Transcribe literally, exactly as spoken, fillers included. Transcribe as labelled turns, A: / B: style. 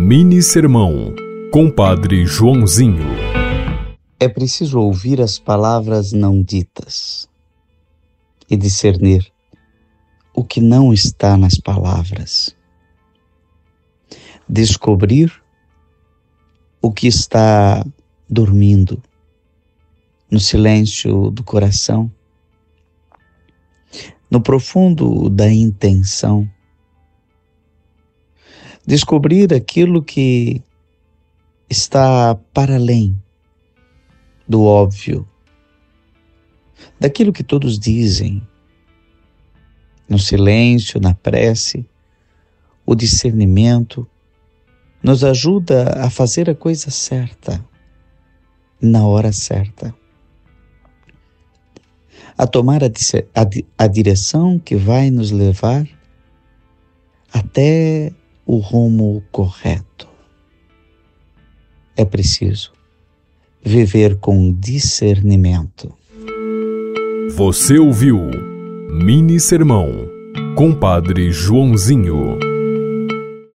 A: Mini Sermão, Compadre Joãozinho.
B: É preciso ouvir as palavras não ditas e discernir o que não está nas palavras. Descobrir o que está dormindo no silêncio do coração, no profundo da intenção. Descobrir aquilo que está para além do óbvio, daquilo que todos dizem. No silêncio, na prece, o discernimento nos ajuda a fazer a coisa certa, na hora certa. A tomar a, a, a direção que vai nos levar até o rumo correto. É preciso viver com discernimento.
A: Você ouviu Mini Sermão, Compadre Joãozinho.